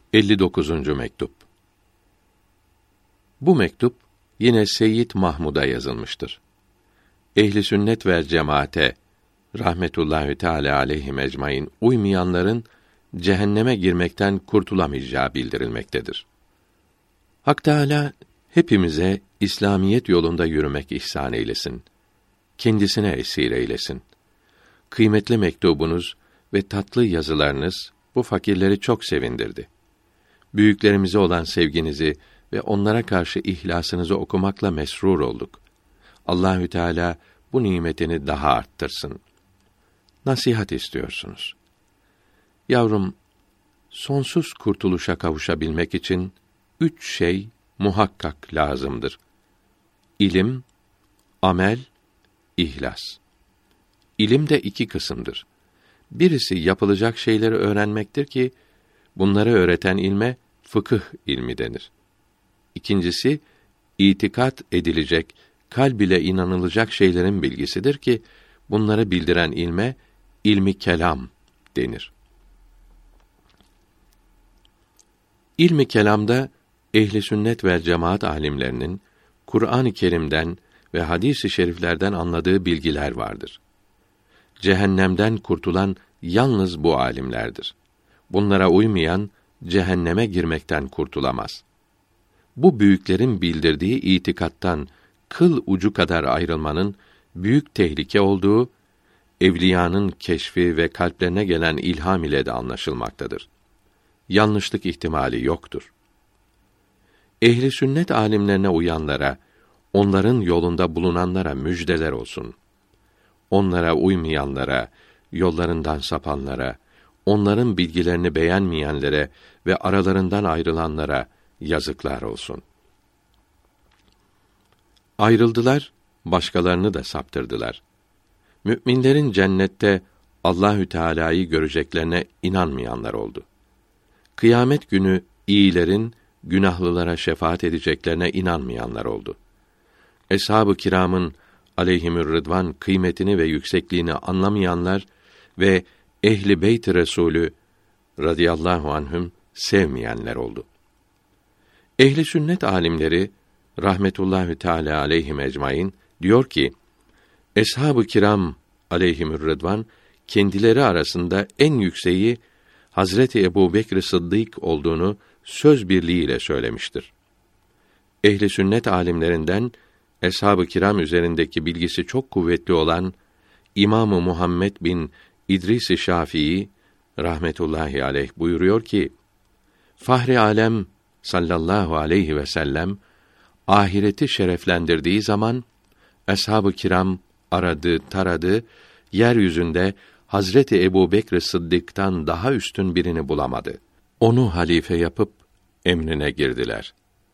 59. mektup. Bu mektup yine Seyyid Mahmud'a yazılmıştır. Ehli sünnet ve cemaate rahmetullahi teala aleyhim ecmaîn uymayanların cehenneme girmekten kurtulamayacağı bildirilmektedir. Hak Teâlâ hepimize İslamiyet yolunda yürümek ihsan eylesin. Kendisine esir eylesin. Kıymetli mektubunuz ve tatlı yazılarınız bu fakirleri çok sevindirdi. Büyüklerimize olan sevginizi ve onlara karşı ihlasınızı okumakla mesrur olduk. Allahü Teala bu nimetini daha arttırsın. Nasihat istiyorsunuz. Yavrum, sonsuz kurtuluşa kavuşabilmek için 3 şey muhakkak lazımdır. İlim, amel, ihlas. İlim de 2 kısımdır. Birisi yapılacak şeyleri öğrenmektir ki, bunları öğreten ilme fıkıh ilmi denir. İkincisi, itikat edilecek, kalb ile inanılacak şeylerin bilgisidir ki, bunları bildiren ilme ilmi kelam denir. İlmi kelamda ehli sünnet ve cemaat alimlerinin Kur'an-ı Kerim'den ve hadis-i şeriflerden anladığı bilgiler vardır. Cehennemden kurtulan yalnız bu alimlerdir. Bunlara uymayan cehenneme girmekten kurtulamaz. Bu büyüklerin bildirdiği itikattan kıl ucu kadar ayrılmanın büyük tehlike olduğu, evliyanın keşfi ve kalplerine gelen ilham ile de anlaşılmaktadır. Yanlışlık ihtimali yoktur. Ehli sünnet alimlerine uyanlara, onların yolunda bulunanlara müjdeler olsun. Onlara uymayanlara, yollarından sapanlara, onların bilgilerini beğenmeyenlere ve aralarından ayrılanlara yazıklar olsun. Ayrıldılar, başkalarını da saptırdılar. Müminlerin cennette Allahü Teala'yı göreceklerine inanmayanlar oldu. Kıyamet günü iyilerin günahlılara şefaat edeceklerine inanmayanlar oldu. Eshab-ı kiramın aleyhimür rıdvan kıymetini ve yüksekliğini anlamayanlar ve ehli beyt-i Resulü radıyallahu anhüm sevmeyenler oldu. Ehli sünnet alimleri rahmetullahi teala aleyhim ecmaîn diyor ki, Eshab-ı kiram aleyhimür rıdvan kendileri arasında en yükseği Hazreti Ebubekr Sıddık olduğunu söz birliğiyle söylemiştir. Ehli sünnet alimlerinden Eshab-ı kiram üzerindeki bilgisi çok kuvvetli olan İmam-ı Muhammed bin İdris-i Şafii rahmetullahi aleyh buyuruyor ki, Fahri alem sallallahu aleyhi ve sellem ahireti şereflendirdiği zaman Eshab-ı kiram aradı, taradı, yeryüzünde Hazreti Ebubekr Sıddık'tan daha üstün birini bulamadı. Onu halife yapıp emrine girdiler.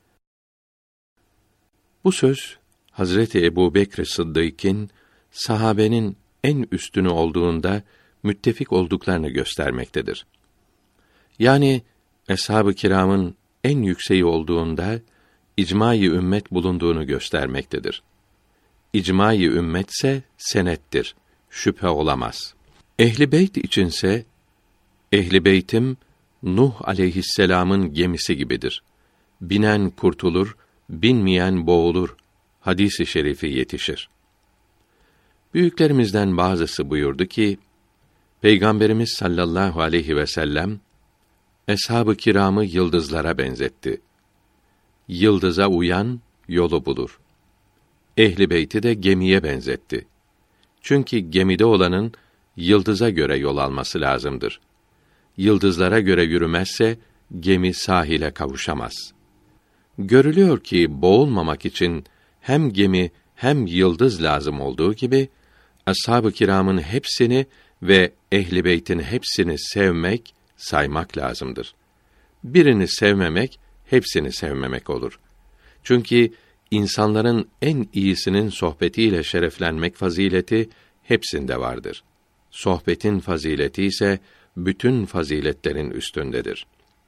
Bu söz Hazreti Ebubekr Sıddık'ın sahabenin en üstünü olduğunda müttefik olduklarını göstermektedir. Yani eshab-ı kiramın en yükseği olduğunda icma-i ümmet bulunduğunu göstermektedir. İcma-i ümmetse senettir, şüphe olamaz. Ehli beyt içinse ehli beytim Nuh aleyhisselam'ın gemisi gibidir. Binen kurtulur, binmeyen boğulur. Hadis-i şerifi yetişir. Büyüklerimizden bazısı buyurdu ki, Peygamberimiz sallallahu aleyhi ve sellem eshab-ı kiramı yıldızlara benzetti. Yıldıza uyan yolu bulur. Ehli beyti de gemiye benzetti. Çünkü gemide olanın yıldıza göre yol alması lazımdır. Yıldızlara göre yürümezse gemi sahile kavuşamaz. Görülüyor ki boğulmamak için hem gemi hem yıldız lazım olduğu gibi ashab-ı kiramın hepsini ve ehli beytin hepsini sevmek, saymak lazımdır. Birini sevmemek, hepsini sevmemek olur. Çünkü insanların en iyisinin sohbetiyle şereflenmek fazileti hepsinde vardır. Sohbetin fazileti ise bütün faziletlerin üstündedir.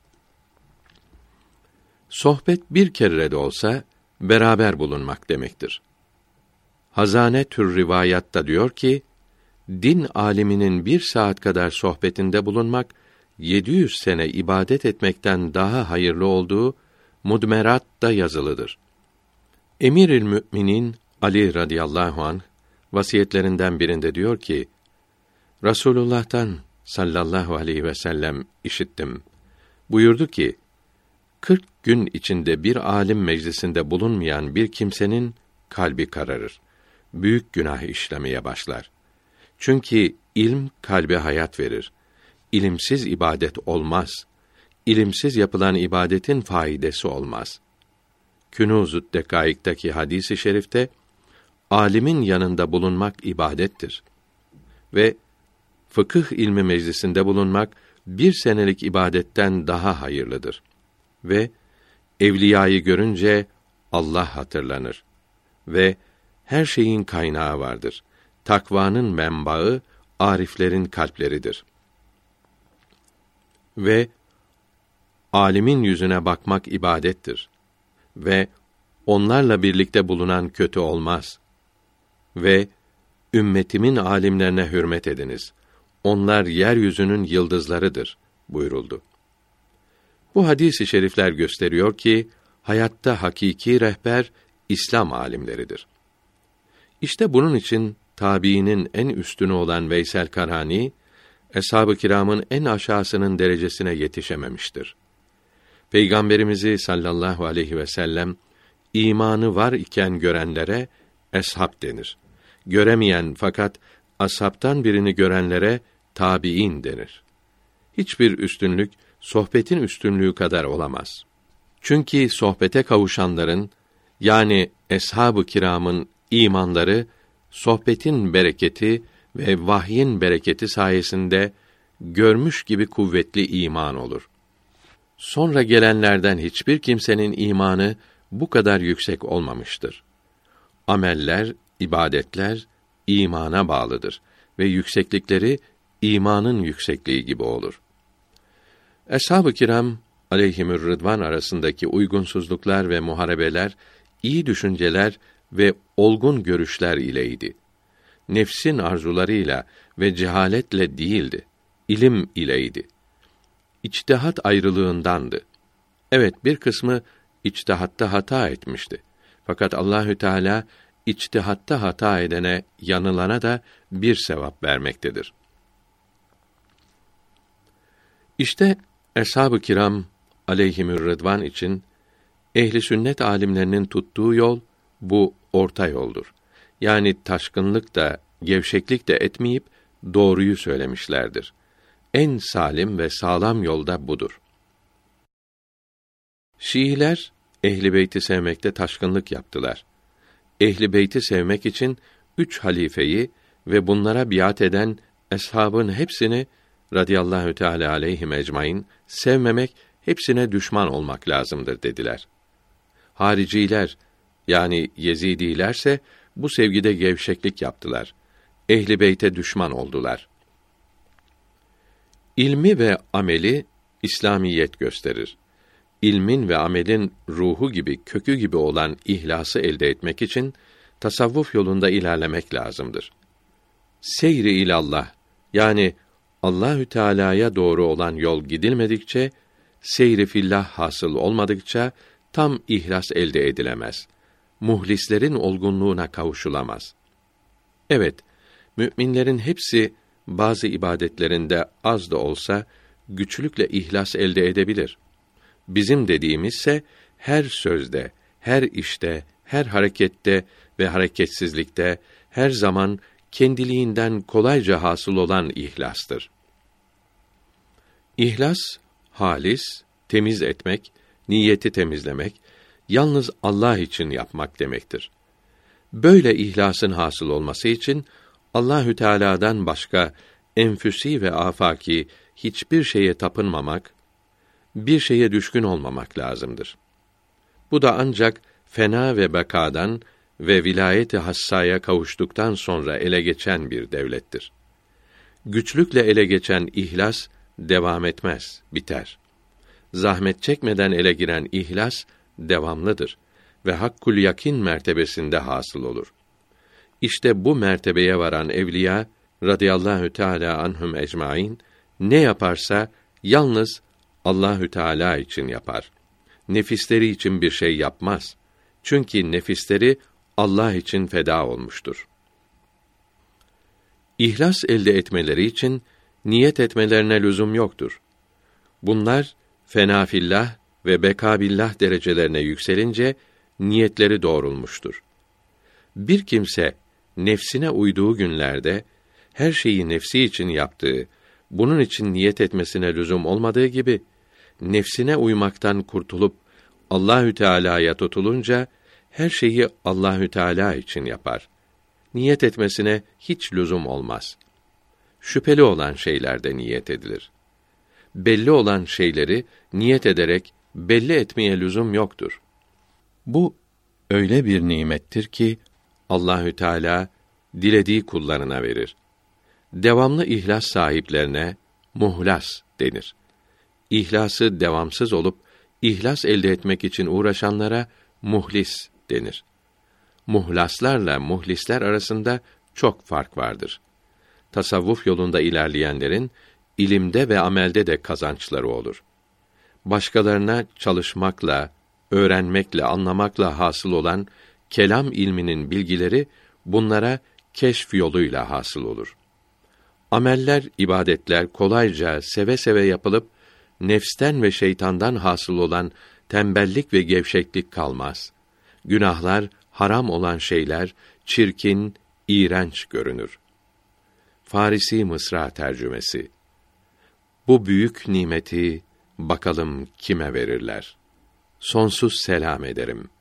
Sohbet bir kere de olsa beraber bulunmak demektir. Hazane tür rivayatta diyor ki, din aliminin 1 saat kadar sohbetinde bulunmak, 700 sene ibadet etmekten daha hayırlı olduğu Mudmerat'ta yazılıdır. Emirül Müminin Ali radıyallahu anh vasiyetlerinden birinde diyor ki: Rasulullah'tan sallallahu aleyhi ve sellem işittim. Buyurdu ki: 40 gün içinde bir alim meclisinde bulunmayan bir kimsenin kalbi kararır. Büyük günah işlemeye başlar. Çünkü ilm kalbe hayat verir. İlimsiz ibadet olmaz. İlimsiz yapılan ibadetin faidesi olmaz. Künûz-u Dekâik'taki hadis-i şerifte alimin yanında bulunmak ibadettir ve fıkıh ilmi meclisinde bulunmak 1 senelik ibadetten daha hayırlıdır ve evliyayı görünce Allah hatırlanır ve her şeyin kaynağı vardır. Takvanın menbaı ariflerin kalpleridir. Ve alimin yüzüne bakmak ibadettir ve onlarla birlikte bulunan kötü olmaz. Ve ümmetimin alimlerine hürmet ediniz. Onlar yeryüzünün yıldızlarıdır buyuruldu. Bu hadis-i şerifler gösteriyor ki hayatta hakiki rehber İslam alimleridir. İşte bunun için tabiinin en üstünü olan Veysel Karani, eshab-ı kiramın en aşağısının derecesine yetişememiştir. Peygamberimizi sallallahu aleyhi ve sellem imanı var iken görenlere eshab denir. Göremeyen fakat ashabtan birini görenlere tabiin denir. Hiçbir üstünlük sohbetin üstünlüğü kadar olamaz. Çünkü sohbete kavuşanların yani eshab-ı kiramın imanları sohbetin bereketi ve vahyin bereketi sayesinde görmüş gibi kuvvetli iman olur. Sonra gelenlerden hiçbir kimsenin imanı bu kadar yüksek olmamıştır. Ameller, ibadetler imana bağlıdır ve yükseklikleri imanın yüksekliği gibi olur. Eshab-ı kiram aleyhimür rıdvan arasındaki uygunsuzluklar ve muharebeler iyi düşünceler ve olgun görüşler ileydi. Nefsin arzularıyla ve cehaletle değildi. İlim ileydi. İçtihat ayrılığındandı. Evet, bir kısmı içtihatta hata etmişti. Fakat Allahü Teala içtihatta hata edene, yanılana da bir sevap vermektedir. İşte eshab-ı kiram aleyhimür rıdvan için ehli sünnet alimlerinin tuttuğu yol bu orta yoldur. Yani taşkınlık da, gevşeklik de etmeyip doğruyu söylemişlerdir. En salim ve sağlam yol da budur. Şiiler Ehl-i Beyt'i sevmekte taşkınlık yaptılar. Ehl-i Beyt'i sevmek için 3 halifeyi ve bunlara biat eden eshabın hepsini radıyallahu teâlâ aleyhim ecmaîn sevmemek, hepsine düşman olmak lazımdır dediler. Hariciler yani Yezidilerse bu sevgide gevşeklik yaptılar. Ehl-i Beyt'e düşman oldular. İlmi ve ameli İslamiyet gösterir. İlmin ve amelin ruhu gibi, kökü gibi olan ihlası elde etmek için tasavvuf yolunda ilerlemek lazımdır. Seyri ilallah yani Allahü Teala'ya doğru olan yol gidilmedikçe, seyri fillah hasıl olmadıkça tam ihlas elde edilemez. Muhlislerin olgunluğuna kavuşulamaz. Evet, müminlerin hepsi bazı ibadetlerinde az da olsa güçlükle ihlas elde edebilir. Bizim dediğimizse her sözde, her işte, her harekette ve hareketsizlikte her zaman kendiliğinden kolayca hasıl olan ihlastır. İhlas, halis, temiz etmek, niyeti temizlemek, yalnız Allah için yapmak demektir. Böyle ihlasın hasıl olması için Allahü Teala'dan başka enfüsi ve afaki hiçbir şeye tapınmamak, bir şeye düşkün olmamak lazımdır. Bu da ancak fena ve bekadan ve vilayet-i hassaya kavuştuktan sonra ele geçen bir devlettir. Güçlükle ele geçen ihlas devam etmez, biter. Zahmet çekmeden ele giren ihlas devamlıdır ve hakkul yakin mertebesinde hasıl olur. İşte bu mertebeye varan evliya radıyallahu teâlâ anhum ecmaîn ne yaparsa Yalnız Allahü Teala için yapar. Nefisleri için bir şey yapmaz. Çünkü nefisleri Allah için feda olmuştur. İhlas elde etmeleri için niyet etmelerine lüzum yoktur. Bunlar fena fillah ve beka billah derecelerine yükselince niyetleri doğrulmuştur. Bir kimse nefsine uyduğu günlerde her şeyi nefsi için yaptığı, bunun için niyet etmesine lüzum olmadığı gibi nefsine uymaktan kurtulup Allahü Teala'ya tutulunca her şeyi Allahü Teala için yapar. Niyet etmesine hiç lüzum olmaz. Şüpheli olan şeylerde niyet edilir. Belli olan şeyleri niyet ederek belli etmeye lüzum yoktur. Bu öyle bir nimettir ki Allahü Teala dilediği kullarına verir. Devamlı ihlas sahiplerine muhlas denir. İhlası devamsız olup ihlas elde etmek için uğraşanlara muhlis denir. Muhlaslarla muhlisler arasında çok fark vardır. Tasavvuf yolunda ilerleyenlerin ilimde ve amelde de kazançları olur. Başkalarına çalışmakla, öğrenmekle, anlamakla hasıl olan kelam ilminin bilgileri bunlara keşf yoluyla hasıl olur. Ameller, ibadetler kolayca, seve seve yapılıp nefsten ve şeytandan hasıl olan tembellik ve gevşeklik kalmaz. Günahlar, haram olan şeyler çirkin, iğrenç görünür. Farisi Mısra tercümesi. Bu büyük nimeti bakalım kime verirler. Sonsuz selam ederim.